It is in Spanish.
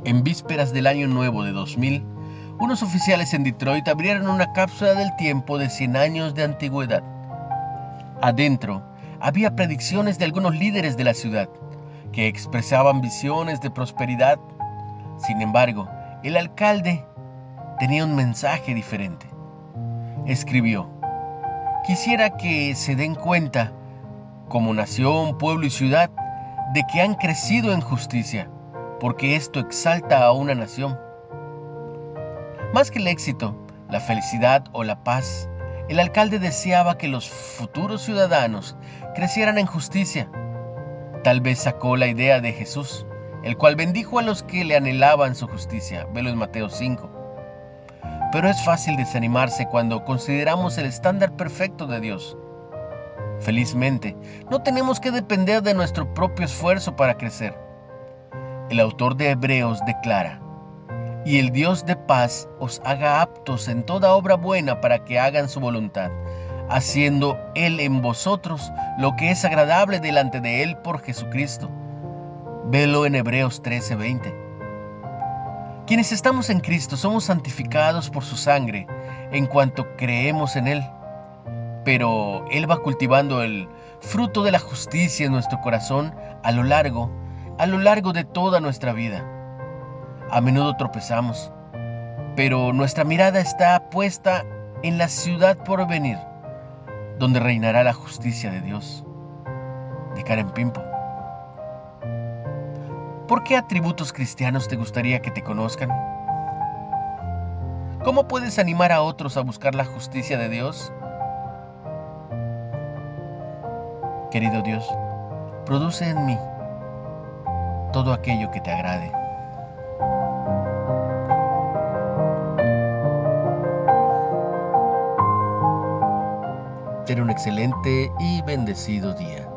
En vísperas del año nuevo de 2000, unos oficiales en Detroit abrieron una cápsula del tiempo de 100 años de antigüedad. Adentro había predicciones de algunos líderes de la ciudad, que expresaban visiones de prosperidad. Sin embargo, el alcalde tenía un mensaje diferente. Escribió: quisiera que se den cuenta, como nación, pueblo y ciudad, de que han crecido en justicia, porque esto exalta a una nación. Más que el éxito, la felicidad o la paz, el alcalde deseaba que los futuros ciudadanos crecieran en justicia. Tal vez sacó la idea de Jesús, el cual bendijo a los que le anhelaban su justicia. Velo en Mateo 5. Pero es fácil desanimarse cuando consideramos el estándar perfecto de Dios. Felizmente, no tenemos que depender de nuestro propio esfuerzo para crecer. El autor de Hebreos declara: y el Dios de paz os haga aptos en toda obra buena para que hagan su voluntad, haciendo Él en vosotros lo que es agradable delante de Él por Jesucristo. Velo en Hebreos 13:20. Quienes estamos en Cristo somos santificados por su sangre en cuanto creemos en Él. Pero Él va cultivando el fruto de la justicia en nuestro corazón a lo largo de toda nuestra vida. A menudo tropezamos, pero nuestra mirada está puesta en la ciudad por venir, donde reinará la justicia de Dios. De Karen Pimpo. ¿Por qué atributos cristianos te gustaría que te conozcan? ¿Cómo puedes animar a otros a buscar la justicia de Dios? Querido Dios, produce en mí todo aquello que te agrade. Ten un excelente y bendecido día.